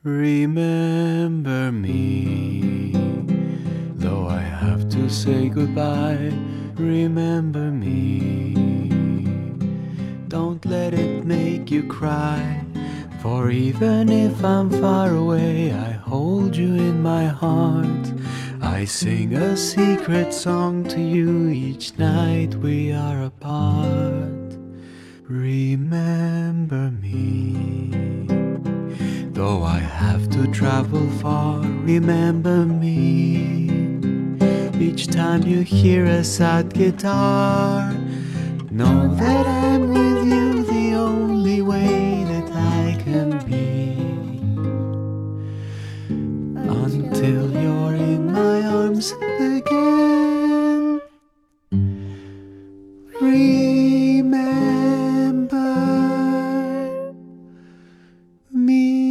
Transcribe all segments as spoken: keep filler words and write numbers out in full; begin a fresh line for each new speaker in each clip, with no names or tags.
Remember me, though I have to say goodbye. Remember me, don't let it make you cry. For even if I'm far away, I hold you in my heart. I sing a secret song to you each night we are apart. Remember me, though I have to travel far. Remember me, each time you hear a sad guitar. Know that I'm with you the only way that I can be, until you're in my arms again. Remember me。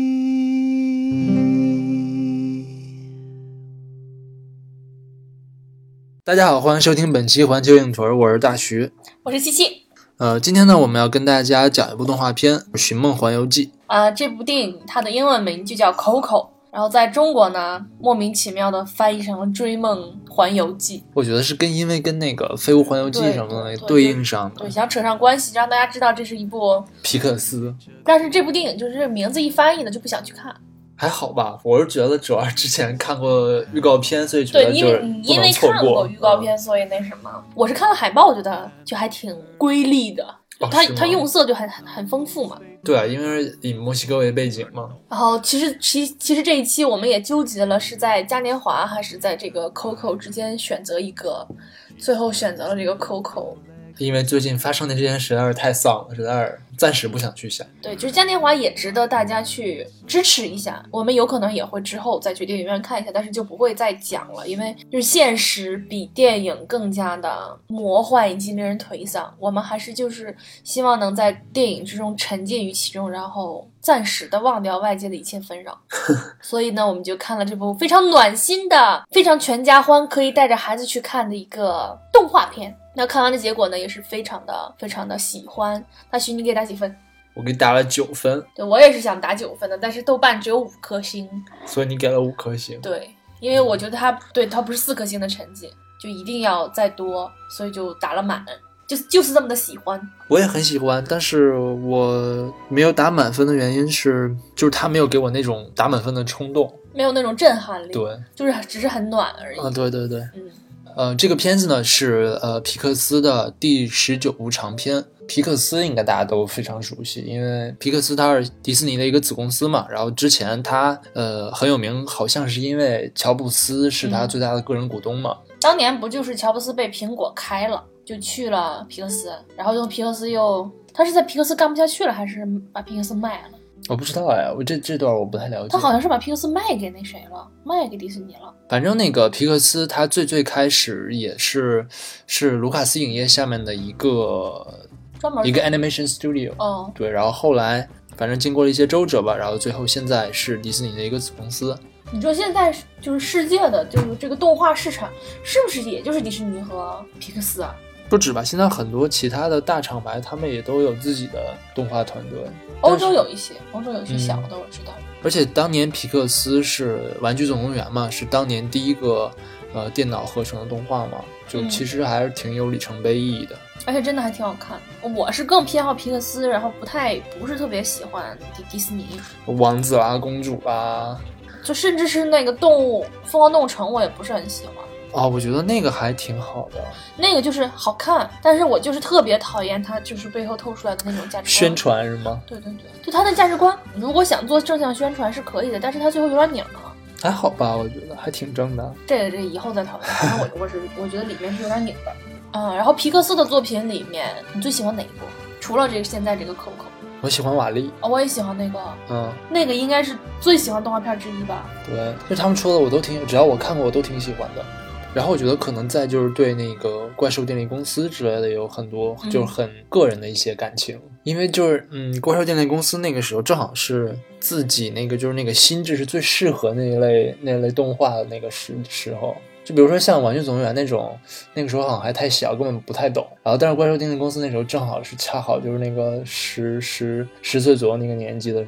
大家好，欢迎收听本期环球影屯，我是大徐，
我是七七。
呃，今天呢，我们要跟大家讲一部动画片《寻梦环游记》
啊、呃，这部电影它的英文名就叫 Coco， 然后在中国呢，莫名其妙的翻译成了《追梦环游记》。
我觉得是跟因为跟那个《飞屋环游记》什么的对应上的，
对，想扯上关系，让大家知道这是一部
皮克斯。
但是这部电影就是名字一翻译呢，就不想去看。
还好吧，我是觉得主要之前看过预告片，所以觉得就是不能错过。
对，因为因为看过预告片，所以那什么，我是看了海报，我觉得就还挺瑰丽的。
哦、
它它用色就很很丰富嘛。
对啊，因为以墨西哥为背景嘛。
然后其实其其实这一期我们也纠结了，是在嘉年华还是在这个 Coco 之间选择一个，最后选择了这个 Coco。
因为最近发生的这件事实在是太丧了，实在是暂时不想去想。
对，就是嘉年华也值得大家去支持一下，我们有可能也会之后再去电影院看一下，但是就不会再讲了，因为就是现实比电影更加的魔幻以及令人颓丧，我们还是就是希望能在电影之中沉浸于其中，然后暂时的忘掉外界的一切纷扰。所以呢，我们就看了这部非常暖心的、非常全家欢，可以带着孩子去看的一个动画片。那看完的结果呢，也是非常的非常的喜欢。大徐，你给打几分？
我给打了九分。
对，我也是想打九分的，但是豆瓣只有五颗星，
所以你给了五颗星。
对，因为我觉得它对它不是四颗星的成绩，就一定要再多，所以就打了满，就是就是这么的喜欢。
我也很喜欢，但是我没有打满分的原因是，就是他没有给我那种打满分的冲动，
没有那种震撼力。
对，
就是只是很暖而已。
啊，对对对，
嗯。
呃，这个片子呢是呃皮克斯的第十九部长片。皮克斯应该大家都非常熟悉，因为皮克斯它是迪士尼的一个子公司嘛。然后之前它呃很有名，好像是因为乔布斯是他最大的个人股东嘛。
嗯、当年不就是乔布斯被苹果开了，就去了皮克斯，然后又皮克斯又他是在皮克斯干不下去了，还是把皮克斯卖了？
我不知道哎，我这这段我不太了解。
他好像是把皮克斯卖给那谁了，卖给迪士尼了。
反正那个皮克斯，他最最开始也是是卢卡斯影业下面的一个
专门
一个 animation studio。
哦，
对，然后后来反正经过了一些周折吧，然后最后现在是迪士尼的一个子公司。
你说现在就是世界的就是这个动画市场，是不是也就是迪士尼和皮克斯啊？
不止吧，现在很多其他的大厂牌他们也都有自己的动画团队。
欧洲有一些，欧洲有一些小的、嗯、我知道。
而且当年皮克斯是玩具总动员嘛，是当年第一个呃电脑合成的动画嘛，就其实还是挺有里程碑意义的、
嗯、而且真的还挺好看。我是更偏好皮克斯，然后不太不是特别喜欢迪迪士尼
王子啦公主啦，
就甚至是那个动物疯狂动物城我也不是很喜欢。
哦，我觉得那个还挺好的，
那个就是好看，但是我就是特别讨厌它就是背后透出来的那种价值观。
宣传是吗？
对对对，就它的价值观，如果想做正向宣传是可以的，但是它最后有点拧了。
还好吧，我觉得还挺正的。
这个这个以后再讨论。反正我我是我觉得里面是有点拧的。嗯，然后皮克斯的作品里面，你最喜欢哪一部？除了这个现在这个 Coco。
我喜欢瓦力、
哦、我也喜欢那个，
嗯，
那个应该是最喜欢动画片之一吧。
对，就他们说的我都挺，只要我看过我都挺喜欢的。然后我觉得可能在就是对那个怪兽电力公司之类的有很多就是很个人的一些感情、嗯、因为就是嗯，怪兽电力公司那个时候正好是自己那个就是那个心智是最适合那一类那一类动画的那个时时候。就比如说像玩具总动员那种，那个时候好像还太小，根本不太懂。然后但是怪兽电力公司那时候正好是恰好就是那个十十十岁左右那个年纪的时候，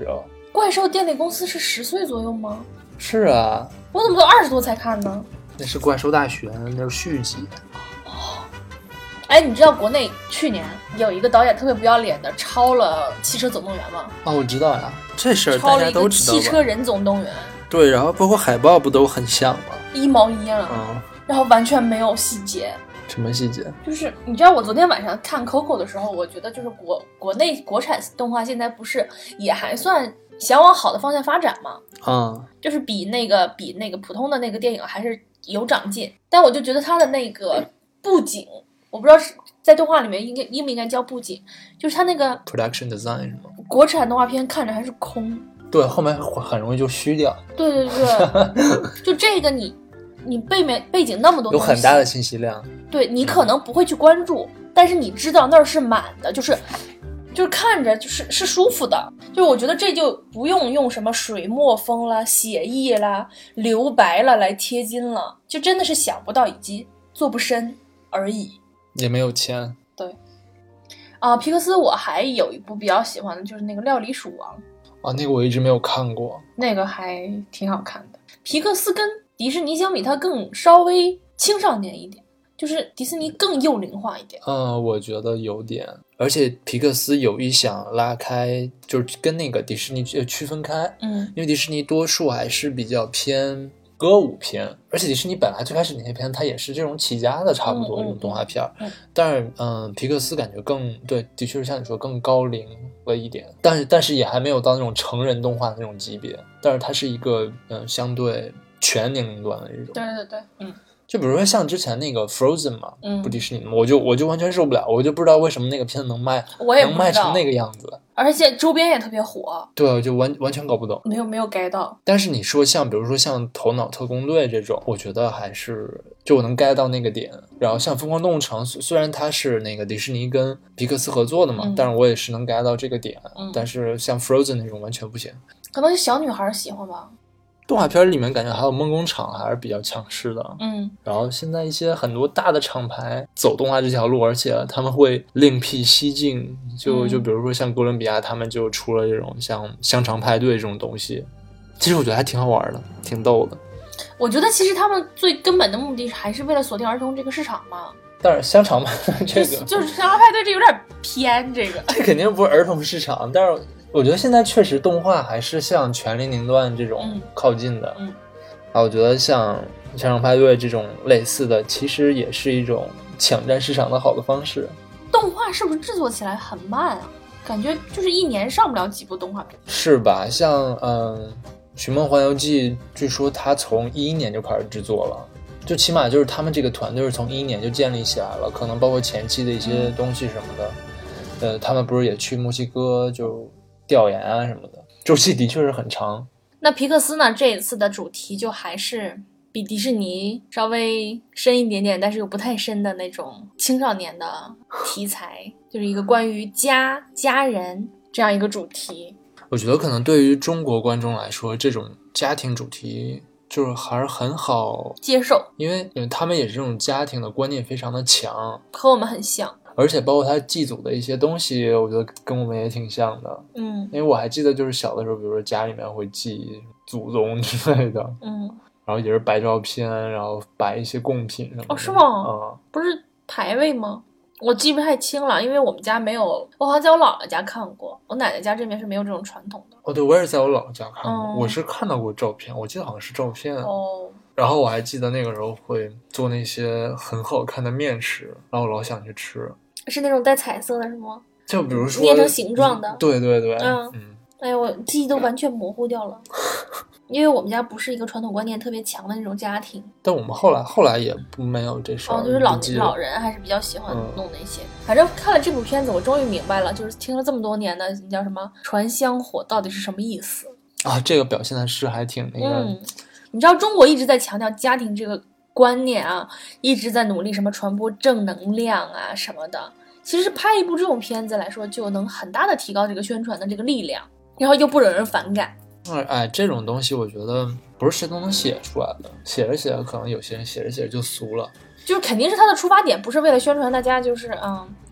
怪兽电力公司是十岁左右吗？
是啊，
我怎么都二十多才看呢？
那是怪兽大学，那是续集。
哎，你知道国内去年有一个导演特别不要脸的抄了《汽车总动员》吗？
哦，我知道呀，这事儿大
抄了一个《
家都知道吧。
汽车人总动员》。
对，然后包括海报不都很像吗？
一毛一样，
嗯，
然后完全没有细节。
什么细节？
就是你知道，我昨天晚上看 Coco 的时候，我觉得就是国国内国产动画现在不是也还算想往好的方向发展吗？
嗯，
就是比那个比那个普通的那个电影还是有长进。但我就觉得它的那个布景，我不知道是在动画里面应该应不应该叫布景，就是它那个
production design 是吗？
国产动画片看着还是空。
对，后面很容易就虚掉。
对对对，就这个你你背面背景那么多
有
东西，
很大的信息量。
对你可能不会去关注，但是你知道那儿是满的，就是就是看着就是是舒服的。就是我觉得这就不用用什么水墨风啦、写意啦、留白了来贴金了，就真的是想不到以及做不深而已。
也没有钱。
对啊，皮克斯我还有一部比较喜欢的就是那个《料理鼠王》。
啊，那个我一直没有看过，
那个还挺好看的。皮克斯跟迪士尼相比，它更稍微青少年一点，就是迪士尼更幼龄化一点。
嗯，我觉得有点，而且皮克斯有意想拉开，就是跟那个迪士尼区分开，
嗯，
因为迪士尼多数还是比较偏歌舞片，而且迪士尼本来最开始那些片它也是这种起家的，差不多这种动画片，
嗯嗯、
但是嗯，皮克斯感觉更对，的确是像你说更高龄了一点，但是但是也还没有到那种成人动画的那种级别，但是它是一个嗯相对全年龄段的这种。
对对对，嗯。
就比如说像之前那个 Frozen 嘛，
嗯，
不迪士尼嘛，我就我就完全受不了，我就不知道为什么那个片子能卖，
我也不知道
能卖成那个样子，
而且周边也特别火。
对，我就完完全搞不懂，
没有没有 get 到。
但是你说像比如说像头脑特工队这种，我觉得还是就我能 get 到那个点。然后像疯狂动物城，虽然它是那个迪士尼跟皮克斯合作的嘛，
嗯、
但是我也是能 get 到这个点。
嗯、
但是像 Frozen 那种完全不行，
可能是小女孩喜欢吧。
动画片里面感觉还有梦工厂还是比较强势的，
嗯，
然后现在一些很多大的厂牌走动画这条路，而且他们会另辟蹊径，就就比如说像哥伦比亚，他们就出了这种像香肠派对这种东西，其实我觉得还挺好玩的，挺逗的。
我觉得其实他们最根本的目的还是为了锁定儿童这个市场嘛。
但是香肠派对这个
就是香肠派对这有点偏，这个
这肯定不是儿童市场，但是我觉得现在确实动画还是向全年龄段这种靠近的。
嗯，嗯
啊，我觉得像香肠派对这种类似的，其实也是一种抢占市场的好的方式。
动画是不是制作起来很慢啊？感觉就是一年上不了几部动画片。
是吧？像嗯，《寻梦环游记》，据说他从一一年就开始制作了。就起码就是他们这个团队是从一一年就建立起来了，可能包括前期的一些东西什么的，嗯、呃，他们不是也去墨西哥就调研啊什么的，周期的确是很长。
那皮克斯呢？这一次的主题就还是比迪士尼稍微深一点点，但是又不太深的那种青少年的题材，就是一个关于家家人这样一个主题。
我觉得可能对于中国观众来说，这种家庭主题就是还是很好
接受，
因为因为他们也是这种家庭的观念非常的强，
和我们很像，
而且包括他祭祖的一些东西，我觉得跟我们也挺像的。
嗯，
因为我还记得就是小的时候，比如说家里面会祭祖宗之类的，
嗯，
然后也是摆照片，然后摆一些贡品什么的。
哦，是吗？
嗯，
不是牌位吗？我记不太清了，因为我们家没有，我好像在我姥姥家看过，我奶奶家这边是没有这种传统的。
哦，对，我也是在我姥姥家看过，
嗯、
我是看到过照片，我记得好像是照片。
哦。
然后我还记得那个时候会做那些很好看的面食，然后我老想去吃。
是那种带彩色的是吗？
就比如说
捏成形状的。
对对对，
嗯
嗯。
哎呀，我记忆都完全模糊掉了。因为我们家不是一个传统观念特别强的那种家庭，
但我们后来后来也不没有这事儿。
哦，就是老老人还是比较喜欢弄那些、嗯。反正看了这部片子，我终于明白了，就是听了这么多年的叫什么传香火到底是什么意思
啊？这个表现的是还挺那个。
嗯，你知道中国一直在强调家庭这个观念啊，一直在努力什么传播正能量啊什么的。其实拍一部这种片子来说，就能很大的提高这个宣传的这个力量，然后又不惹人反感。
哎，这种东西我觉得不是谁都能写出来的，写着写着可能有些人写着写着就俗了。
就是肯定是他的出发点不是为了宣传大家就是嗯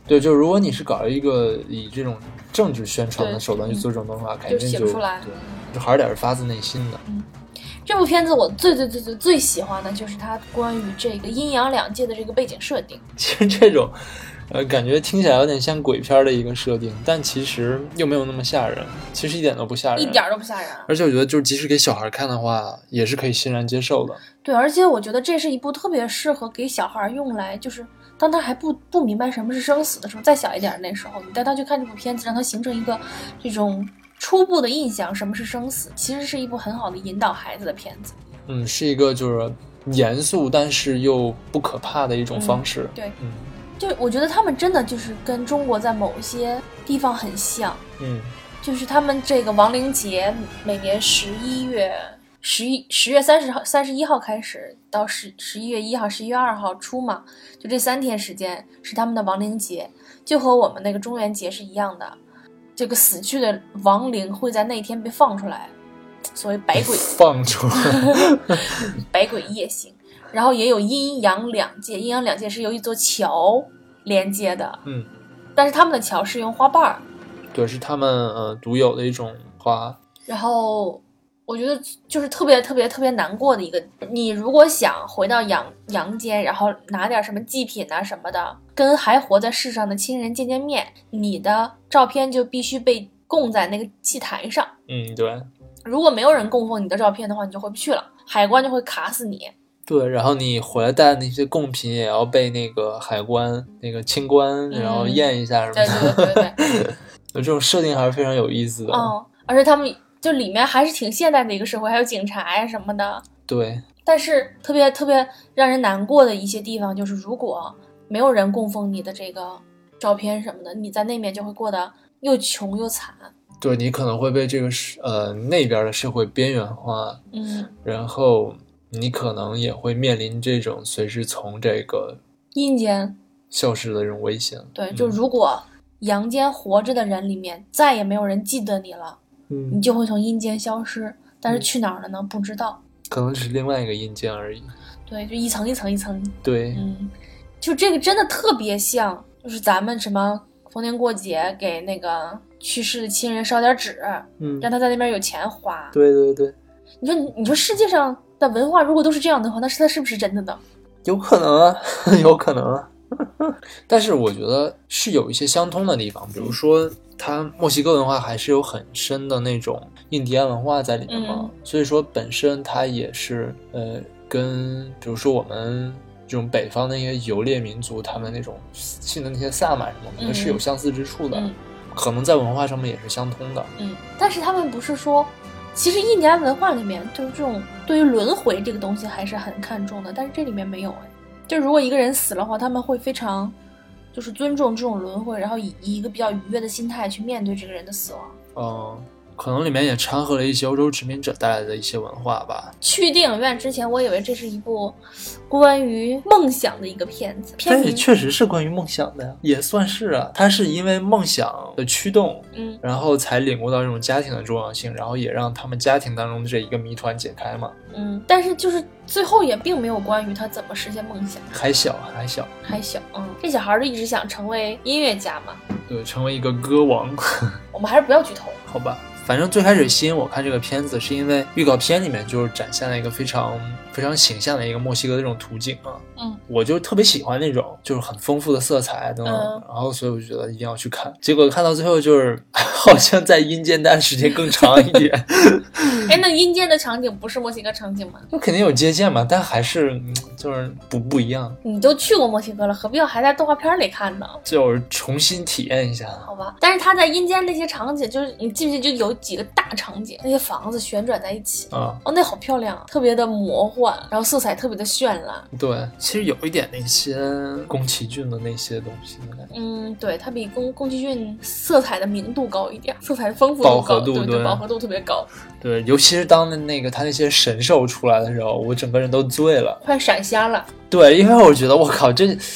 对，就如果你是搞一个以这种政治宣传的手段去做这种东西的话，肯定就
写不出来，
对，就还是得是发自内心的。
嗯，这部片子我最最最最最喜欢的就是它关于这个阴阳两界的这个背景设定。
其实这种呃，感觉听起来有点像鬼片的一个设定，但其实又没有那么吓人，其实一点都不吓人，
一点都不吓人。
而且我觉得，就是即使给小孩看的话，也是可以欣然接受的。
对，而且我觉得这是一部特别适合给小孩用来，就是当他还不不明白什么是生死的时候，再小一点那时候，你带他去看这部片子，让他形成一个这种初步的印象，什么是生死，其实是一部很好的引导孩子的片子。
嗯，是一个就是严肃但是又不可怕的一种方式。
嗯、对，
嗯。
就我觉得他们真的就是跟中国在某些地方很像，
嗯，
就是他们这个亡灵节每年十一月十一十月三十号三十一号开始到十十一月一号十一月二号出嘛，就这三天时间是他们的亡灵节，就和我们那个中元节是一样的。这个死去的亡灵会在那天被放出来，所谓百鬼
放出来，
百鬼夜行。然后也有阴阳两界，阴阳两界是由一座桥连接的，
嗯，
但是他们的桥是用花瓣儿，
对，是他们呃独有的一种花。
然后我觉得就是特别特别特别难过的一个，你如果想回到阳阳间，然后拿点什么祭品啊什么的，跟还活在世上的亲人见见面，你的照片就必须被供在那个祭台上。
嗯，对。
如果没有人供奉你的照片的话，你就回不去了，海关就会卡死你。
对，然后你回来带的那些贡品也要被那个海关那个清关，
嗯、
然后验一下什么的。
对对对对对，
有这种设定还是非常有意思的。
嗯，而且他们就里面还是挺现代的一个社会，还有警察呀什么的。
对。
但是特别特别让人难过的一些地方就是，如果没有人供奉你的这个照片什么的，你在那边就会过得又穷又惨。
对，你可能会被这个呃那边的社会边缘化。
嗯，
然后。你可能也会面临这种随时从这个
阴间
消失的这种危险。
对，就如果阳间活着的人里面再也没有人记得你了，
嗯，
你就会从阴间消失，但是去哪儿了呢？不知道，
可能只是另外一个阴间而已。
对，就一层一层一层。
对，
嗯，就这个真的特别像，就是咱们什么逢年过节给那个去世的亲人烧点纸，
嗯，
让他在那边有钱花。
对对对，
你说你说世界上的文化如果都是这样的话，那是它是不是真的呢？
有可能啊，有可能啊。但是我觉得是有一些相通的地方，比如说它墨西哥文化还是有很深的那种印第安文化在里面嘛，
嗯、
所以说本身它也是呃跟比如说我们这种北方的一些游猎民族，他们那种信的那些萨满什么的、嗯、是有相似之处的、嗯，可能在文化上面也是相通的。
嗯，但是他们不是说。其实印第安文化里面就是这种对于轮回这个东西还是很看重的，但是这里面没有哎。就如果一个人死了的话，他们会非常就是尊重这种轮回，然后以一个比较愉悦的心态去面对这个人的死亡。
哦，可能里面也掺和了一些欧洲殖民者带来的一些文化吧。
去电影院之前，我以为这是一部关于梦想的一个片子，片
名确实是关于梦想的呀，也算是啊。它是因为梦想的驱动，
嗯，
然后才领悟到这种家庭的重要性，然后也让他们家庭当中的这一个谜团解开嘛。
嗯，但是就是最后也并没有关于他怎么实现梦想。
还小，还小，
还小，嗯，这小孩就一直想成为音乐家嘛，
对，成为一个歌王。
我们还是不要剧透，
好吧。反正最开始吸引我看这个片子，是因为预告片里面就是展现了一个非常非常形象的一个墨西哥的这种图景啊，
嗯，
我就特别喜欢那种就是很丰富的色彩等等、
嗯，
然后所以我觉得一定要去看。结果看到最后就是好像在阴间待的时间更长一点。
哎，那阴间的场景不是墨西哥场景吗？
就肯定有借鉴嘛，但还是、嗯、就是不不一样。
你都去过墨西哥了，何必要还在动画片里看呢？
就是重新体验一下。
好吧，但是他在阴间那些场景，就是你记不记得就有几个大场景，那些房子旋转在一起
啊、
哦，那好漂亮，特别的魔幻，然后色彩特别的绚烂。
对，其实有一点那些宫崎骏的那些东西的感觉。
嗯，对，它比宫宫崎骏色彩的明度高一点，色彩丰富度高，
饱和度
对
对,
对，饱和度特别高。
对，尤其是当那个他那些神兽出来的时候，我整个人都醉了，
快闪瞎了。
对，因为我觉得我靠，这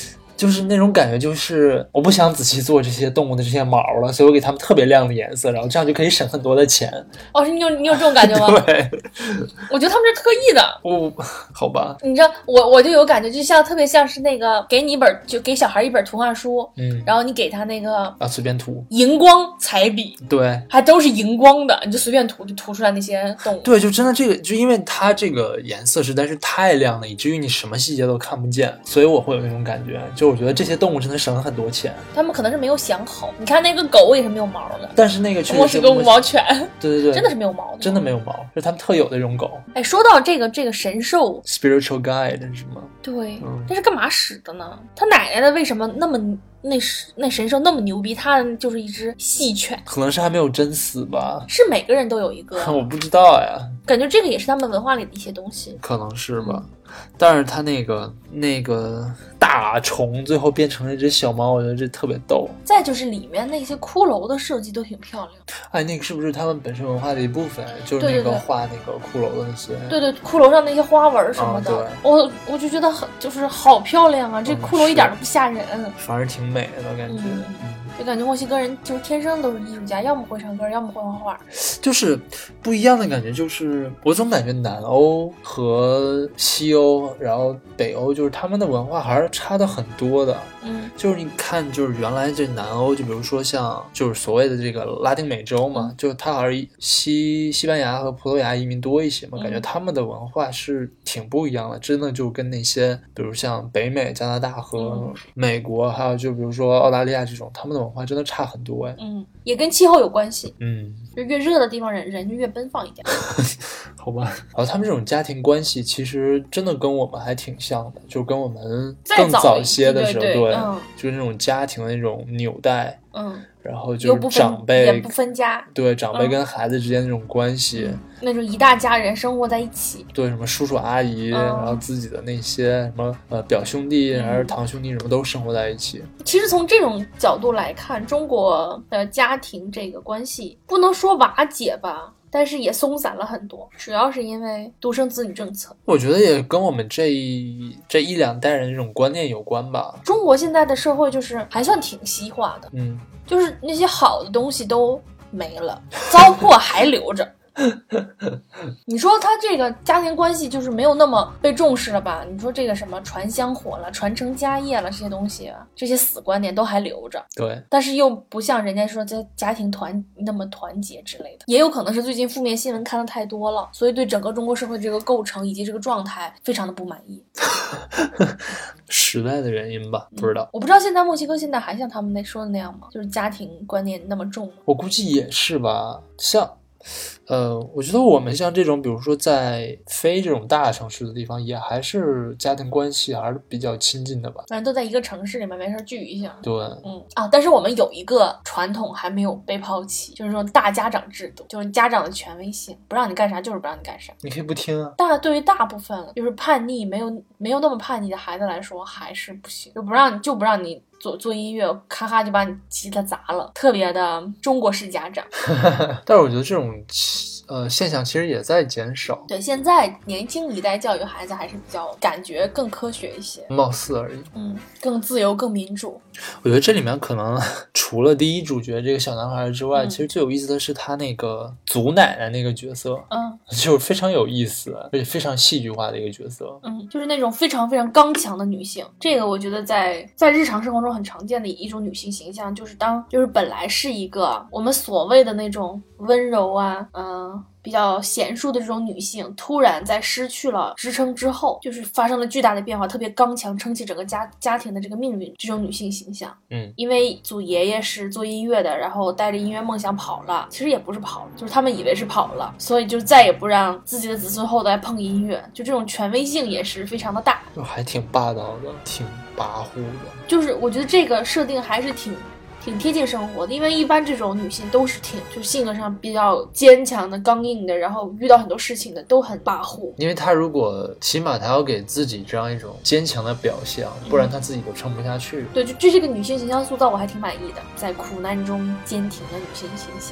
就是那种感觉，就是我不想仔细做这些动物的这些毛了，所以我给它们特别亮的颜色，然后这样就可以省很多的钱。
哦，你有你有这种感觉吗？
对，
我觉得他们是特意的。
我好吧，
你知道，我我就有感觉，就像特别像是那个给你一本，就给小孩一本图画书，
嗯，
然后你给他那个
啊随便涂，
荧光彩笔，
对，
还都是荧光的，你就随便涂就涂出来那些动物。
对，就真的这个，就因为它这个颜色实在是太亮了，以至于你什么细节都看不见，所以我会有那种感觉，就我觉得这些动物真的省了很多钱。
他们可能是没有想好，你看那个狗也是没有毛的，
但是那个确实是
我是个无毛犬，
对对对，
真的是没有毛的，
真的没有毛，是他们特有的这种狗。
哎，说到这个这个神兽
spiritual guide 是吗？
对，
嗯，
这是干嘛使的呢？他奶奶的为什么那么那那神兽那么牛逼？他就是一只细犬，
可能是还没有真死吧？
是每个人都有一个，
我不知道呀，
感觉这个也是他们文化里的一些东西，
可能是吧。嗯，但是他那个那个大虫最后变成了一只小猫，我觉得这特别逗。
再就是里面那些骷髅的设计都挺漂亮。
哎，那个是不是他们本身文化的一部分？就是那个画那个骷髅的那些，
对对，骷髅上那些花纹什么的，
啊，
我我就觉得很就是好漂亮啊！这骷髅一点都不吓人，嗯，
反而挺美的感觉。
嗯嗯，就感觉墨西哥人就是天生都是艺术家，要么会唱歌，要么会画画，
就是不一样的感觉。就是我总感觉南欧和西欧，然后北欧，就是他们的文化还是差的很多的。
嗯，
就是你看，就是原来这南欧，就比如说像就是所谓的这个拉丁美洲嘛，嗯，就它还是西西班牙和葡萄牙移民多一些嘛，嗯，感觉他们的文化是挺不一样的，真的就跟那些比如像北美、加拿大和美国，嗯，还有就比如说澳大利亚这种，他们的文化真的差很多哎。
嗯，也跟气候有关系。
嗯，
就越热的地方人人就越奔放一点。
好吧，然后他们这种家庭关系其实真的跟我们还挺像的，就跟我们更早一些的时候，
对，
对，
嗯，
就是那种家庭的那种纽带，
嗯，
然后就是长辈
也不分家，
对，长辈跟孩子之间那种关系，
嗯，那种一大家人生活在一起，
对，什么叔叔阿姨，嗯，然后自己的那些什么呃表兄弟还是堂兄弟什么都生活在一起。
其实从这种角度来看，中国的家庭这个关系不能说瓦解吧，但是也松散了很多，主要是因为独生子女政策。
我觉得也跟我们这一这一两代人这种观念有关吧。
中国现在的社会就是还算挺西化的，
嗯，
就是那些好的东西都没了，糟粕还留着。你说他这个家庭关系就是没有那么被重视了吧？你说这个什么传香火了、传承家业了，这些东西，这些死观念都还留着。
对，但
是又不像人家说这家庭团那么团结之类的。也有可能是最近负面新闻看的太多了，所以对整个中国社会这个构成以及这个状态非常的不满意。
时代的原因吧，不知道、嗯。
我不知道现在墨西哥现在还像他们那说的那样吗？就是家庭观念那么重吗？
我估计也是吧，像。呃，我觉得我们像这种，比如说在非这种大城市的地方，也还是家庭关系还是比较亲近的吧。
反正都在一个城市里面，没事聚一下。
对，
嗯啊，但是我们有一个传统还没有被抛弃，就是说大家长制度，就是家长的权威性，不让你干啥就是不让你干啥。
你可以不听啊。
但对于大部分就是叛逆没有没有那么叛逆的孩子来说，还是不行，就不让你就不让你。做做音乐，咔咔就把你吉他砸了，特别的中国式家长。
但是我觉得这种呃现象其实也在减少。
对，现在年轻一代教育孩子还是比较感觉更科学一些，
貌似而已。
嗯，更自由，更民主。
我觉得这里面可能除了第一主角这个小男孩之外，
嗯、
其实最有意思的是他那个祖奶奶那个角色，
嗯，
就是非常有意思，而且非常戏剧化的一个角色。
嗯，就是那种非常非常刚强的女性。这个我觉得在在日常生活中很常见的一种女性形象，就是当就是本来是一个我们所谓的那种温柔啊，嗯、呃。比较娴熟的这种女性，突然在失去了支撑之后，就是发生了巨大的变化，特别刚强，撑起整个家家庭的这个命运。这种女性形象，
嗯，
因为祖爷爷是做音乐的，然后带着音乐梦想跑了，其实也不是跑了，就是他们以为是跑了，所以就再也不让自己的子孙后代碰音乐，就这种权威性也是非常的大，
就还挺霸道的，挺跋扈的。
就是我觉得这个设定还是挺。挺贴近生活的，因为一般这种女性都是挺就是性格上比较坚强的、刚硬的，然后遇到很多事情的都很跋扈。
因为她如果起码她要给自己这样一种坚强的表现，不然她自己都撑不下去。
嗯、对，就这这个女性形象塑造我还挺满意的，在苦难中坚挺的女性形象。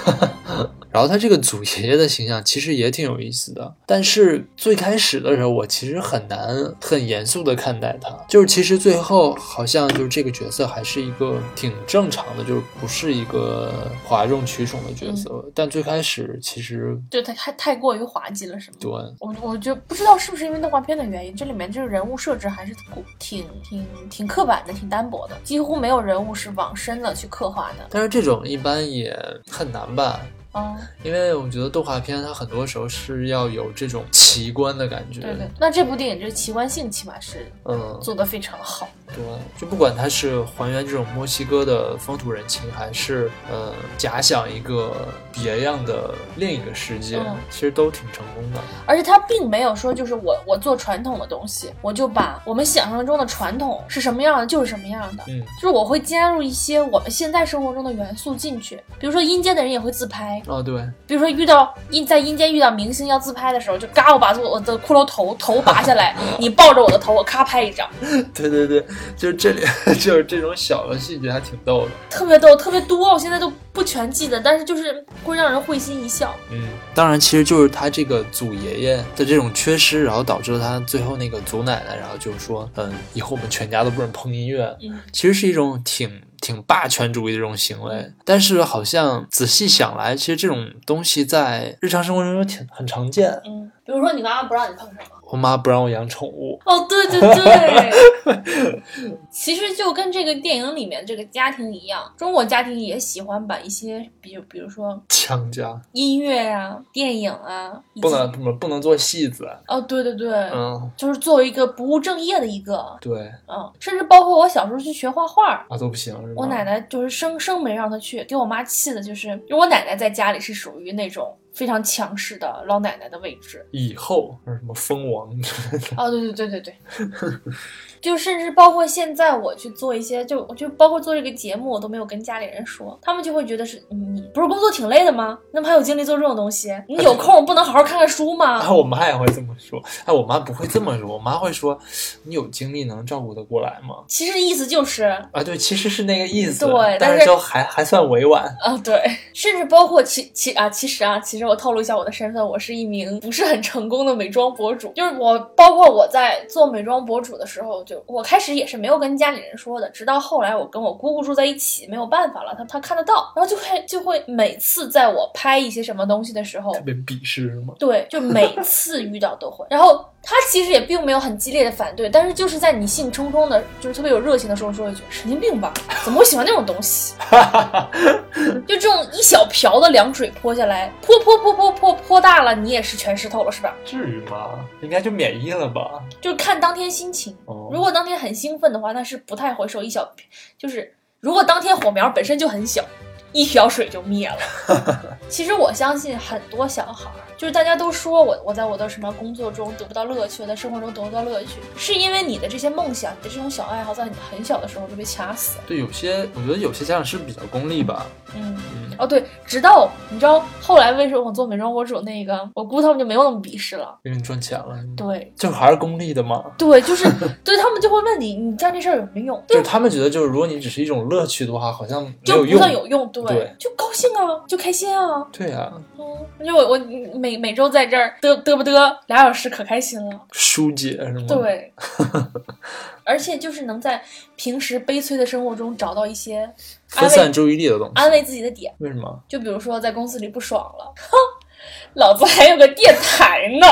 然后他这个祖爷爷的形象其实也挺有意思的，但是最开始的时候我其实很难很严肃的看待他，就是其实最后好像就是这个角色还是一个挺正常的，就是不是一个哗众取宠的角色、嗯、但最开始其实
就他太太过于滑稽了是吗？
对，
我我就不知道是不是因为动画片的原因，这里面这个人物设置还是挺挺挺刻板的，挺单薄的，几乎没有人物是往深了去刻画的。
但是这种一般也很难吧，
哦，
因为我觉得动画片它很多时候是要有这种奇观的感觉。
对对，那这部电影这奇观性起码是
嗯
做得非常好。
对，就不管它是还原这种墨西哥的风土人情，还是呃假想一个别样的另一个世界、嗯、其实都挺成功的。
而且它并没有说就是我我做传统的东西，我就把我们想象中的传统是什么样的就是什么样的。
嗯，
就是我会加入一些我们现在生活中的元素进去，比如说阴间的人也会自拍。
哦，对，
比如说遇到阴在阴间遇到明星要自拍的时候，就嘎我把我的骷髅头头拔下来，你抱着我的头，我咔拍一张。
对对对，就是这里就是这种小的细节还挺逗的，
特别逗，特别多，我现在都不全记得，但是就是会让人会心一笑。
嗯，当然其实就是他这个祖爷爷的这种缺失，然后导致了他最后那个祖奶奶，然后就是说嗯，以后我们全家都不能碰音乐、
嗯、
其实是一种挺挺霸权主义的这种行为，但是好像仔细想来，其实这种东西在日常生活中又挺很常见。
嗯，比如说你妈妈不让你碰什么？
我妈不让我养宠物。
哦，对对对。其实就跟这个电影里面这个家庭一样，中国家庭也喜欢把一些，比如比如说
强加
音乐啊、电影啊，
不能不能不能做戏子。
哦，对对对，
嗯，
就是作为一个不务正业的一个。
对，
嗯，甚至包括我小时候去学画画
啊都不行是吧？
我奶奶就是生生没让她去，给我妈气的就是，因为我奶奶在家里是属于那种非常强势的老奶奶的位置，
以后是什么蜂王之类的。
哦，对对对对对。就甚至包括现在我去做一些，就就包括做这个节目，我都没有跟家里人说，他们就会觉得是你不是工作挺累的吗？那么还有精力做这种东西？你有空不能好好看看书吗？
啊，我妈也会这么说。哎，我妈不会这么说，我妈会说你有精力能照顾得过来吗？
其实意思就是
啊，对，其实是那个意思。
对，
但是就还还算委婉
啊。对，甚至包括其其啊，其实啊，其实我透露一下我的身份，我是一名不是很成功的美妆博主。就是我，包括我在做美妆博主的时候，就我开始也是没有跟家里人说的，直到后来我跟我姑姑住在一起，没有办法了，他他看得到，然后就会就会每次在我拍一些什么东西的时候，
特别鄙视是吗？
对，就每次遇到都会。然后他其实也并没有很激烈的反对，但是就是在你兴冲冲的，就是特别有热情的时候说一句神经病吧，怎么会喜欢那种东西？就这种一小瓢的凉水泼下来，泼泼泼泼泼泼大了，你也是全湿透了是吧？
至于吗？应该就免疫了吧？
就看当天心情、哦、如果当天很兴奋的话，那是不太会受一小，就是如果当天火苗本身就很小，一瓢水就灭了。其实我相信很多小孩，就是大家都说我我在我的什么工作中得不到乐趣，我在生活中得不到乐趣，是因为你的这些梦想，你的这种小爱好在你很小的时候就被掐死了。
对，有些我觉得有些家长是比较功利吧。
嗯嗯，哦对，直到你知道后来为什么我做美妆博主那个，我姑他们就没有那么鄙视了，
因为你赚钱了。
对，
就是还是功利的嘛。
对，就是对他们就会问你，你干这事儿有什么用？
就是他们觉得，就是如果你只是一种乐趣的话，好像没有用，
就不算有用。对，
对
就高兴啊，就开心啊。
对啊，
嗯，就我我每每周在这儿嘚嘚不嘚俩小时，可开心了。
疏解是吗？
对。而且就是能在平时悲催的生活中找到一些
分散注意力的东西，
安慰自己的点。
为什么？
就比如说在公司里不爽了，哼，老子还有个电台呢。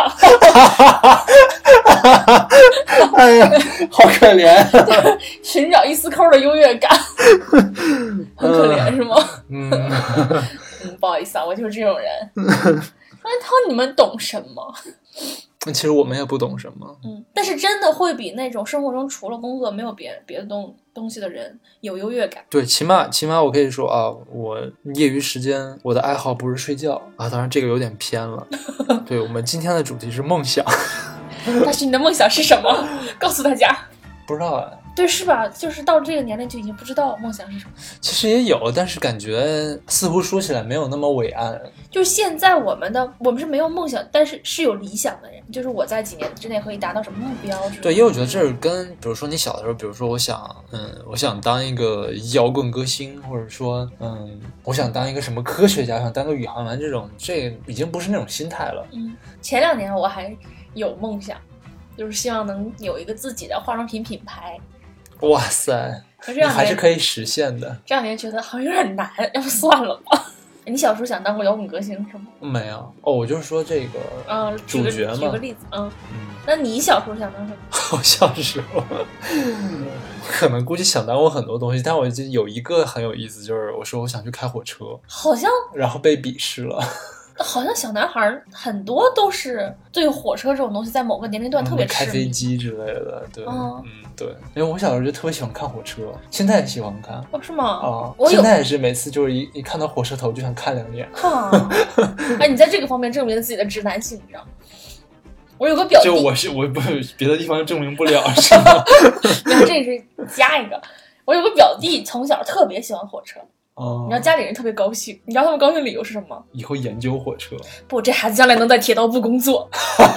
哎呀，好可怜。
寻找一丝抠的优越感。很可怜是吗？
嗯。
嗯，不好意思啊，我就是这种人。那涛，你们懂什么？
其实我们也不懂什么，
嗯，但是真的会比那种生活中除了工作没有别别的东东西的人有优越感。
对，起码起码我可以说啊，我业余时间我的爱好不是睡觉啊，当然这个有点偏了。对，我们今天的主题是梦想。
但是你的梦想是什么？告诉大家。
不知道啊。
对，是吧？就是到这个年龄就已经不知道梦想是什么。
其实也有，但是感觉似乎说起来没有那么伟岸。
就是现在我们的我们是没有梦想，但是是有理想的人，就是我在几年之内可以达到什么目标之类的。
对，因为我觉得这是跟，比如说你小的时候，比如说我想，嗯，我想当一个摇滚歌星，或者说，嗯，我想当一个什么科学家，想当个宇航员这种，这已经不是那种心态了。
嗯，前两年我还有梦想，就是希望能有一个自己的化妆品品牌。
哇塞，那还是可以实现的。
这两年觉得好像有点难，要不算了吧。你小时候想当过摇滚歌星是吗？
没有哦，我就是说这个
嗯，
主角嘛。
举个例子，嗯嗯，那你小时候想当什么？
我小时候可能估计想当过很多东西，但我记得有一个很有意思，就是我说我想去开火车，
好像
然后被鄙视了。
好像小男孩很多都是对火车这种东西在某个年龄段特别痴迷，
开飞机之类的，对，
嗯,
嗯对，因为我小时候就特别喜欢看火车，现在也喜欢看。
哦，是吗？
啊，
我
现在也是每次就是一一看到火车头就想看两眼。
啊，哎，你在这个方面证明了自己的直男性，你知道吗？我有个表弟，
就我是我不别的地方证明不了，是吗？
然后这是加一个，我有个表弟从小特别喜欢火车。
哦，
你知道家里人特别高兴，你知道他们高兴理由是什么？
以后研究火车。
不，这孩子将来能在铁道部工作。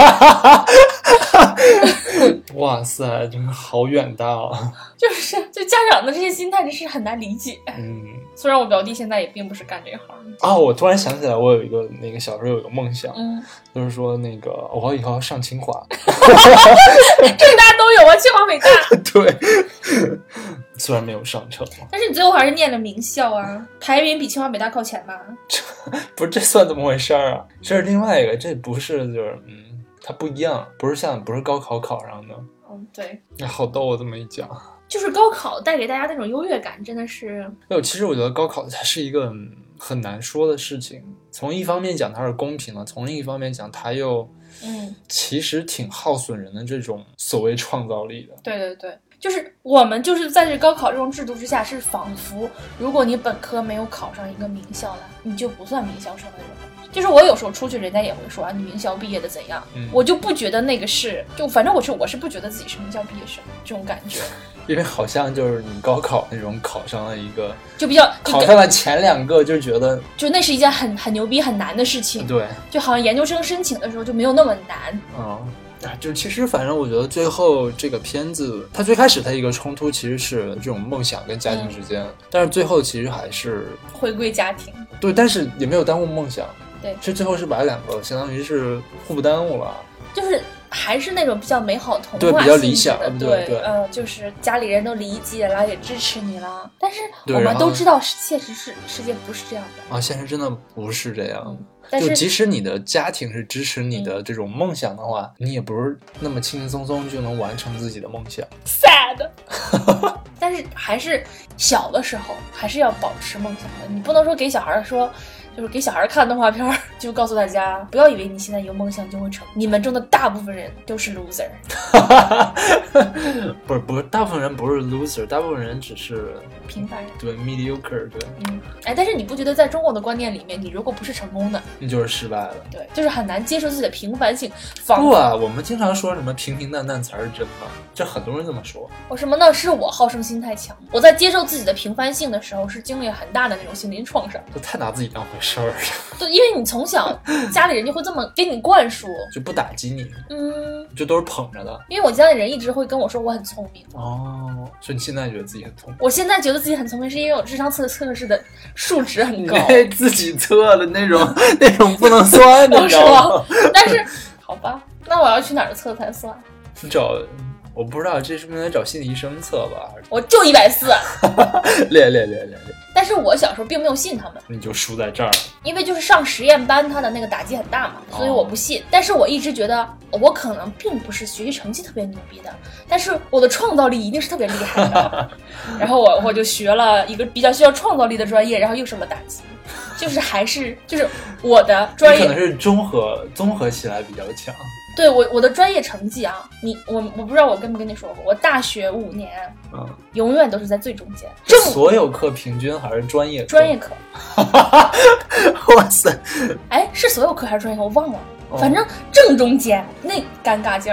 哇塞，真的好远大啊！
就是就家长的这些心态真是很难理解。
嗯，
虽然我表弟现在也并不是干这行
啊，我突然想起来，我有一个那个小时候有一个梦想，
嗯，
就是说那个我以后要上清华。
这个大家都有啊，清华北大。
对。虽然没有上成，
但是你最后还是念了名校啊，排名比清华北大靠前吧？
不是，这算怎么回事啊？这是另外一个，这不是就是嗯，它不一样，不是像不是高考考上的。
嗯，对。
好逗，我这么一讲，
就是高考带给大家那种优越感，真的是。
没有，其实我觉得高考它是一个很难说的事情。从一方面讲它是公平的，从另一方面讲它又
嗯，
其实挺耗损人的这种所谓创造力的。
对对对。就是我们就是在这高考这种制度之下，是仿佛如果你本科没有考上一个名校来，你就不算名校生的人。就是我有时候出去，人家也会说啊，你名校毕业的怎样？嗯、我就不觉得那个是，就反正我是我是不觉得自己是名校毕业生这种感觉。
因为好像就是你高考那种考上了一个，
就比较
考上了前两个，就觉得
就那是一件很很牛逼很难的事情。
对，
就好像研究生申请的时候就没有那么难。
嗯。就其实反正我觉得最后这个片子它最开始它一个冲突其实是这种梦想跟家庭之间、嗯、但是最后其实还是
回归家庭。
对，但是也没有耽误梦想。
对，
是最后是把两个相当于是互不耽误了，就是
还是那种比较美好童话
对比较理想
的。
对对
呃，就是家里人都理解了也支持你了，但是我们都知道现实是世界不是这样的
啊，现实真的不是这样、嗯
就
即使你的家庭是支持你的这种梦想的话、嗯、你也不是那么轻轻松松就能完成自己的梦想。
sad 但是还是小的时候还是要保持梦想的，你不能说给小孩说就是给小孩看动画片就告诉大家不要以为你现在有梦想就会成，你们中的大部分人都是 loser
不是不是，大部分人不是 loser， 大部分人只是
平凡人，
对 mediocre， 对，
嗯，哎，但是你不觉得在中国的观念里面，你如果不是成功的，
你就是失败了，
对，就是很难接受自己的平凡性。
不啊，我们经常说什么平平淡淡才是真的，这很多人这么说。
我什么呢？是我好胜心太强，我在接受自己的平凡性的时候，是经历很大的那种心灵创伤。
就太拿自己当回事儿了。
对，因为你从小家里人就会这么给你灌输，
就不打击你，
嗯，
就都是捧着的。
因为我家里人一直会跟我说我很聪明。
哦，所以你现在觉得自己很聪明？
我现在觉得自己很聪明，是因为我智商测测试的数值很高。
你自己测的那种那种不能算，你知道吗？
但是好吧，那我要去哪儿测才算？
你找。我不知道这是不是应该找心理医生测吧？
我就一百四，
练练练练练。
但是我小时候并没有信他们，
你就输在这儿，
因为就是上实验班，他的那个打击很大嘛，所以我不信。哦、但是我一直觉得我可能并不是学习成绩特别牛逼的，但是我的创造力一定是特别厉害的。然后我我就学了一个比较需要创造力的专业，然后又受了打击。就是还是就是我的专业
可能是综合综合起来比较强。
对，我我的专业成绩啊，你我我不知道我跟不跟你说过，我大学五年，嗯，永远都是在最中间。
正所有课平均还是专业课？
专业课。
哇塞！
哎，是所有课还是专业课？我忘了，哦、反正正中间那尴尬劲儿。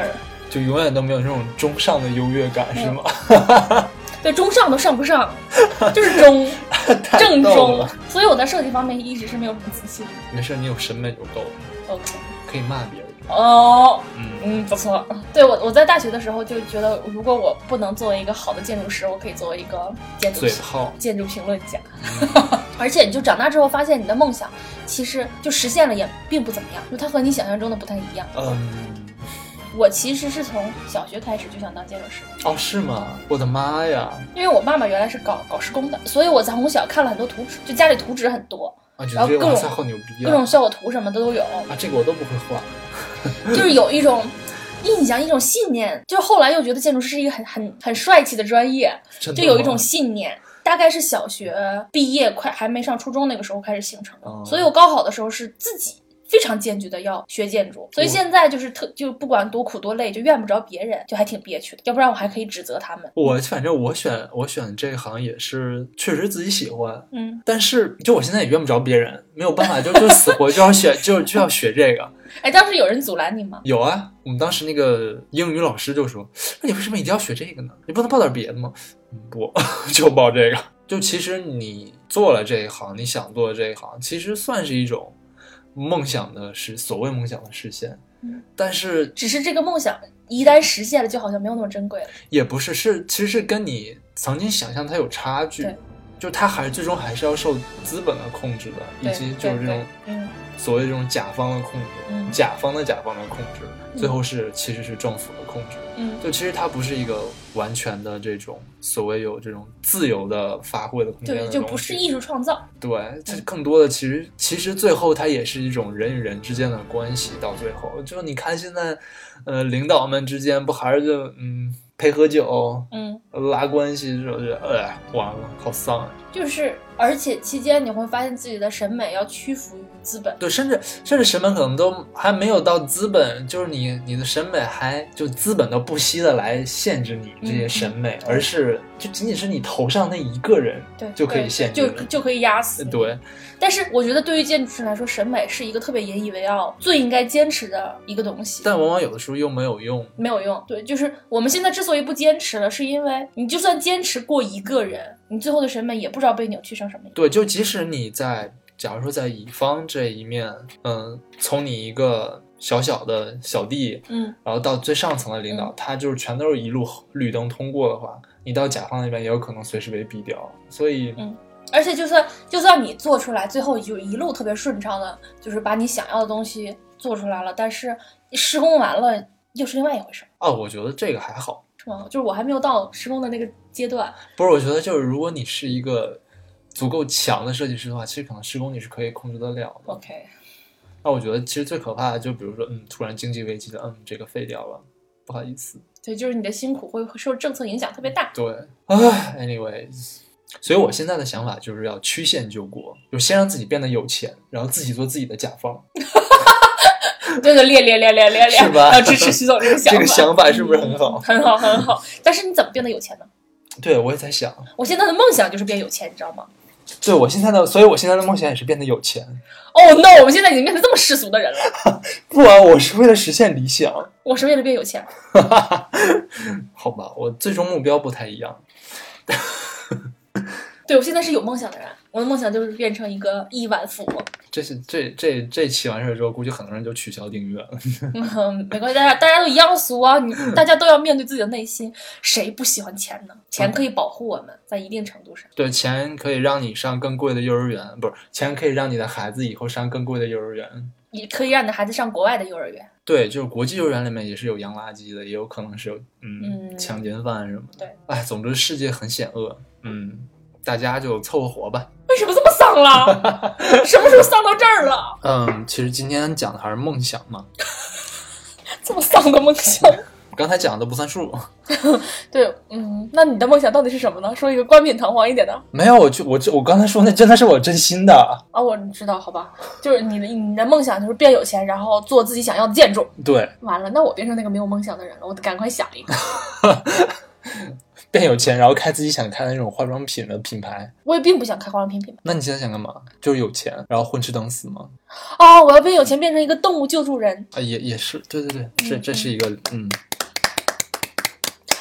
就永远都没有那种中上的优越感、嗯、是吗？
对，中上都上不上，就是中正中，所以我在设计方面一直是没有什么自信。
没事，你有审美就够了。
OK，
可以骂别人。
哦，嗯嗯，不错。对我，我在大学的时候就觉得，如果我不能作为一个好的建筑师，我可以作为一个建筑
嘴炮
建筑评论家。嗯、而且你就长大之后发现，你的梦想其实就实现了，也并不怎么样，就它和你想象中的不太一样。
嗯。
我其实是从小学开始就想当建筑师。
哦，是吗？我的妈呀！
因为我妈妈原来是搞搞施工的，所以我从小看了很多图纸，就家里图纸很多，
啊、
然后各种
好牛逼、啊、
各种效果图什么的都有。
啊，这个我都不会画。
就是有一种印象，一种信念，就是后来又觉得建筑师是一个很很很帅气的专业，就有一种信念。大概是小学毕业快还没上初中那个时候开始形成的，嗯、所以我高考的时候是自己非常坚决的要学建筑，所以现在就是特就不管多苦多累，就怨不着别人，就还挺憋屈的，要不然我还可以指责他们。
我反正我选我选这行也是确实自己喜欢，
嗯，
但是就我现在也怨不着别人，没有办法，就就死活就要选就就要学这个。
哎，当时有人阻拦你吗？
有啊，我们当时那个英语老师就说：“那你为什么一定要学这个呢？你不能报点别的吗？”不，就报这个。就其实你做了这一行，你想做的这一行，其实算是一种梦想的实，所谓梦想的实现。
嗯，
但是
只是这个梦想一旦实现了，就好像没有那么珍贵了。
也不是，是其实是跟你曾经想象它有差距。
对，
就它还是最终还是要受资本的控制的，以及就是这种所谓这种甲方的控制，
嗯、
甲方的甲方的控制，最后是其实是政府的控制。
嗯，
就其实它不是一个完全的这种所谓有这种自由的发挥的空间的东西，
对，就不是艺术创造。
对，这更多的其实其实最后它也是一种人与人之间的关系。到最后，就你看现在，呃，领导们之间不还是就嗯陪喝酒，
嗯，
拉关系之后就呃完了，好丧啊！
就是，而且期间你会发现自己的审美要屈服于资本，
对，甚至甚至审美可能都还没有到资本，就是你你的审美还就资本都不惜的来限制你这些审美，
嗯、
而是就仅仅是你头上那一个人
对
就可以限制，
就就可以压死。
对，
但是我觉得对于建筑师来说，审美是一个特别引以为傲、最应该坚持的一个东西，
但往往有的时候又没有用，
没有用。对，就是我们现在之所以不坚持了，是因为你就算坚持过一个人，你最后的审美也不知道被扭曲成什么样。
对，就即使你在假如说在乙方这一面，嗯，从你一个小小的小弟，
嗯，
然后到最上层的领导，
嗯、
他就是全都是一路绿灯通过的话，你到甲方那边也有可能随时被毙掉。所以，
嗯，而且就算就算你做出来，最后就一路特别顺畅的，就是把你想要的东西做出来了，但是施工完了又是另外一回事。
哦，我觉得这个还好。
是吗？就是我还没有到施工的那个阶段。
不是，我觉得就是如果你是一个足够强的设计师的话，其实可能施工你是可以控制得了的。
OK。
那我觉得其实最可怕的就比如说，嗯，突然经济危机了，嗯，这个废掉了，不好意思。
对，就是你的辛苦会受政策影响特别大。
对啊 ，anyways， 所以我现在的想法就是要曲线救国，就先让自己变得有钱，然后自己做自己的甲方。
对对，练练练练练练，
是吧？
要支持徐总这个想法，
这个想法是不是很好？
嗯、很好，很好。但是你怎么变得有钱呢？
对，我也在想。我
现在的梦想就是变有钱，你知道吗？
对，我现在的，所以我现在的梦想也是变得有钱。
哦、oh, no， 我们现在已经变成这么世俗的人了。
不啊，我是为了实现理想。
我是为了变有钱。
好吧，我最终目标不太一样。
对，我现在是有梦想的人，我的梦想就是变成一个亿万富翁。
这是这这这期完事之后，估计很多人就取消订阅了。
嗯，没关系，大家大家都一样俗啊，你大家都要面对自己的内心，谁不喜欢钱呢？钱可以保护我们，嗯、在一定程度上。
对，钱可以让你上更贵的幼儿园，不是，钱可以让你的孩子以后上更贵的幼儿园，
也可以让你的孩子上国外的幼儿园。
对，就是国际幼儿园里面也是有洋垃圾的，也有可能是有嗯, 嗯强奸犯什么的。
对，
哎，总之世界很险恶，嗯。大家就凑合活吧。
为什么这么丧了？什么时候丧到这儿了？
嗯，其实今天讲的还是梦想嘛。
这么丧的梦想，
刚才讲的不算数。
对，嗯，那你的梦想到底是什么呢？说一个冠冕堂皇一点的。
没有，我就我我刚才说那真的是我真心的
啊。我知道，好吧，就是你的你的梦想就是变有钱，然后做自己想要的建筑。
对。
完了，那我变成那个没有梦想的人了，我得赶快想一个。
变有钱，然后开自己想开的那种化妆品的品牌。
我也并不想开化妆品品牌。
那你现在想干嘛？就是有钱，然后混吃等死吗？
哦，我要变有钱，变成一个动物救助人
啊，也也是，对对对，这、嗯、这是一个嗯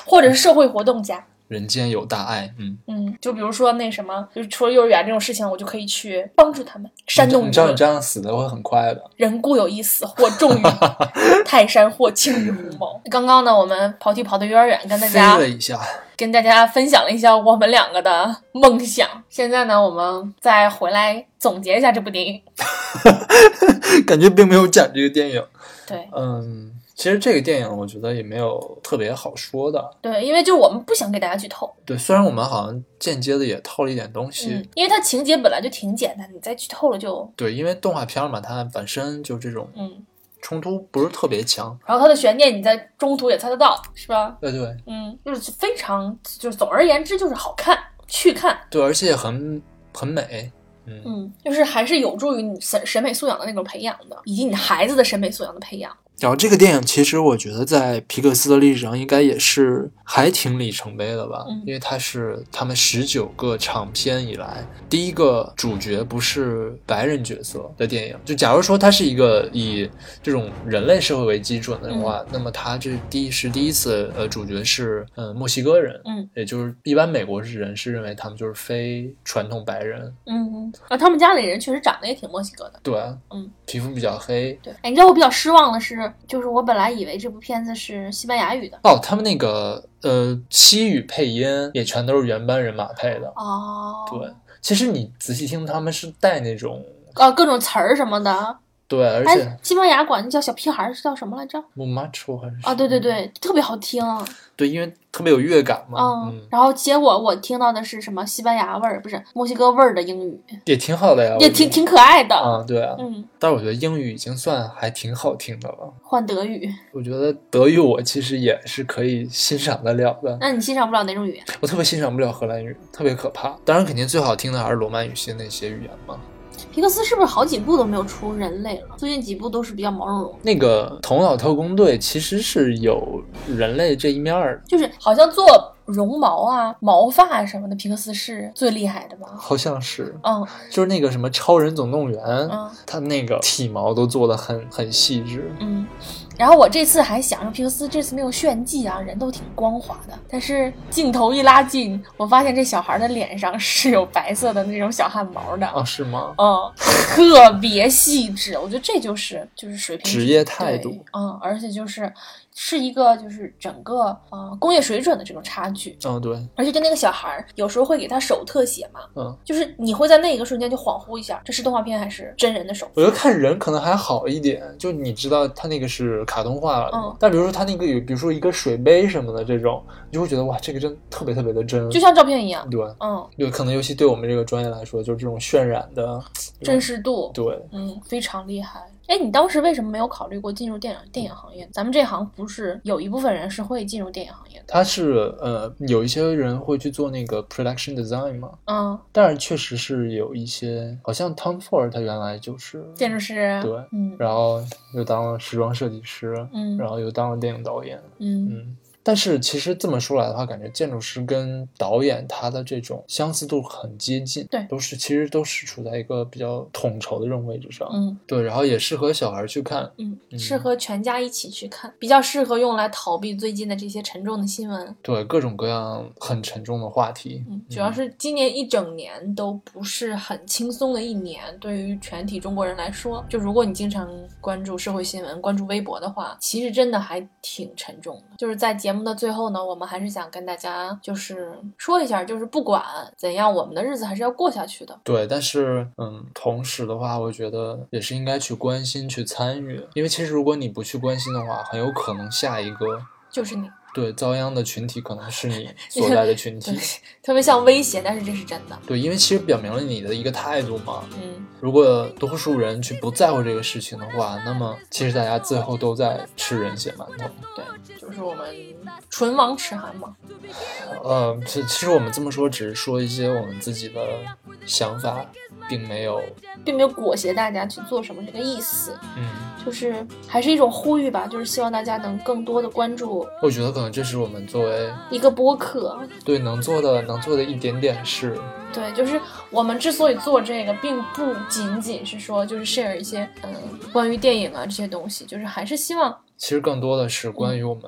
或者是社会活动家。
人间有大爱，嗯
嗯，就比如说那什么，就是除了幼儿园这种事情，我就可以去帮助他们，煽动舆论。
你知道你这样死的会很快的。
人固有一死，或重于泰山，或轻于鸿毛。刚刚呢，我们跑题跑得有点远，跟大家
飞了一下，
跟大家分享了一下我们两个的梦想。现在呢，我们再回来总结一下这部电影。
感觉并没有讲这个电影。
对，
嗯。其实这个电影我觉得也没有特别好说的，
对，因为就我们不想给大家剧透。
对，虽然我们好像间接的也透了一点东西，
嗯，因为它情节本来就挺简单，你再剧透了就
对，因为动画片嘛，它本身就这种
嗯
冲突不是特别强，
然后它的悬念你在中途也猜得到，是吧？
对对，
嗯，就是非常，就是总而言之就是好看，去看，
对，而且很很美。嗯,
嗯，就是还是有助于你审审美素养的那种培养的，以及你孩子的审美素养的培养。
然后这个电影其实我觉得在皮克斯的历史上应该也是还挺里程碑的吧，
嗯，
因为它是他们十九个长片以来第一个主角不是白人角色的电影。就假如说它是一个以这种人类社会为基准的话，嗯，那么它这第一是第一次呃主角是呃墨西哥人，
嗯，
也就是一般美国人是认为他们就是非传统白人，
嗯，啊，他们家里人确实长得也挺墨西哥的，
对，
嗯，
皮肤比较黑，
对。哎，你知道我比较失望的是，就是我本来以为这部片子是西班牙语的。
哦，他们那个呃西语配音也全都是原班人马配的。
哦，
对，其实你仔细听，他们是带那种
啊各种词儿什么的。
对，而且、
哎、西班牙管那叫小屁孩是叫什么来着
？Mumacho 还是
啊？对对对，特别好听。
对，因为特别有乐感嘛。
嗯，嗯然后结果我听到的是什么西班牙味儿，不是墨西哥味儿的英语，
也挺好的呀，
也挺挺可爱的。
啊，对啊，
嗯。
但是我觉得英语已经算还挺好听的了。
换德语，
我觉得德语我其实也是可以欣赏得了的。
那你欣赏不了哪种语言？
我特别欣赏不了荷兰语，特别可怕。当然，肯定最好听的还是罗曼语系那些语言嘛。
皮克斯是不是好几部都没有出人类了？最近几部都是比较毛茸茸。
那个《头脑特工队》其实是有人类这一面的，
就是好像做绒毛啊、毛发什么的，皮克斯是最厉害的吧？
好像是，
嗯，
就是那个什么《超人总动员》，
嗯，
他那个体毛都做得很很细致，
嗯。然后我这次还想，皮克斯这次没有炫技啊，人都挺光滑的。但是镜头一拉近，我发现这小孩的脸上是有白色的那种小汗毛的。
啊，是吗？
嗯，特别细致。我觉得这就是就是水平
职业态度。
嗯，而且就是是一个就是整个呃工业水准的这种差距。
嗯，对。
而且就那个小孩有时候会给他手特写嘛，
嗯，
就是你会在那一个瞬间就恍惚一下，这是动画片还是真人的手？
我觉得看人可能还好一点，就你知道他那个是卡通化了，
嗯，
但比如说他那个有，比如说一个水杯什么的这种，你就会觉得哇，这个真特别特别的真，
就像照片一样。
对，
嗯，
对，可能尤其对我们这个专业来说，就是这种渲染的
真实度，
对，
嗯，非常厉害。哎，你当时为什么没有考虑过进入电影电影行业？咱们这行不是有一部分人是会进入电影行业的？
他是呃，有一些人会去做那个 production design 嘛，
嗯，
但是确实是有一些，好像 Tom Ford 他原来就是
建筑师，
对，
嗯，
然后又当了时装设计师，
嗯，
然后又当了电影导演，
嗯
嗯。但是其实这么说来的话，感觉建筑师跟导演他的这种相似度很接近，
对，
都是其实都是处在一个比较统筹的这种位置上，
嗯，
对，然后也适合小孩去看，
嗯，嗯适合全家一起去看，比较适合用来逃避最近的这些沉重的新闻，
对，各种各样很沉重的话题，
嗯，主要是今年一整年都不是很轻松的一年，对于全体中国人来说，就如果你经常关注社会新闻、关注微博的话，其实真的还挺沉重的。就是在节目的最后呢，我们还是想跟大家就是说一下，就是不管怎样，我们的日子还是要过下去的。
对，但是嗯，同时的话，我觉得也是应该去关心、去参与，因为其实如果你不去关心的话，很有可能下一个
就是你。
对，遭殃的群体可能是你所在的群体，
特别像威胁，但是这是真的。
对，因为其实表明了你的一个态度嘛。
嗯，
如果多数人去不在乎这个事情的话，那么其实大家最后都在吃人血馒头。
对，就是我们唇亡齿寒嘛。
呃，其其实我们这么说，只是说一些我们自己的想法，并没有，
并没有裹挟大家去做什么这个意思。
嗯。
就是还是一种呼吁吧，就是希望大家能更多的关注。
我觉得可能这是我们作为
一个播客
对能做的能做的一点点事。
对，就是我们之所以做这个，并不仅仅是说就是 share 一些嗯关于电影啊这些东西，就是还是希望
其实更多的是关于我们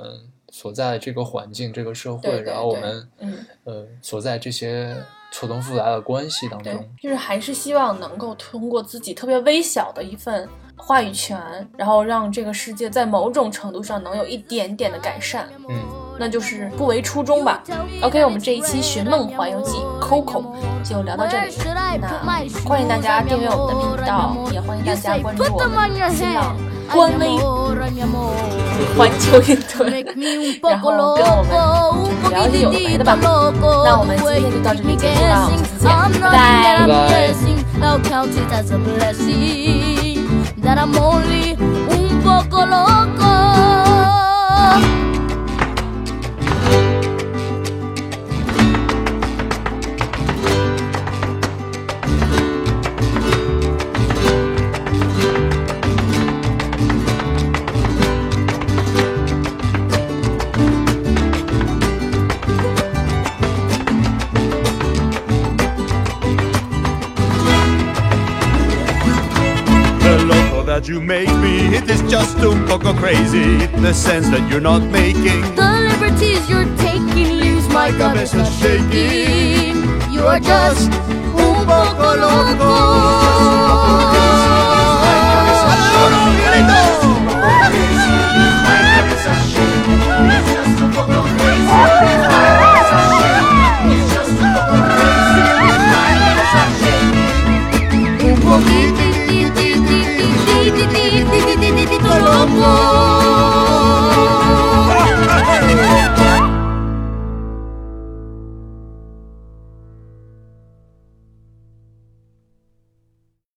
所在的这个环境、这个社会，
对对对
然后我们、
嗯、
呃所在这些错综复杂的关系当中，
就是还是希望能够通过自己特别微小的一份话语权，然后让这个世界在某种程度上能有一点点的改善。
嗯，
那就是不为初衷吧。OK， 我们这一期《寻梦环游记》Coco 就聊到这里。那欢迎大家订阅我们的频道，也欢迎大家关注我们新浪官微环球乐队，然后跟我们聊一些有的没的吧。那我们今天就到这里结束了，我们下次见，拜拜。
拜拜。
That you make me, it is just un poco crazy, the sense that you're not making
the liberties you're taking leaves my cabeza shaking. You are just un poco loco.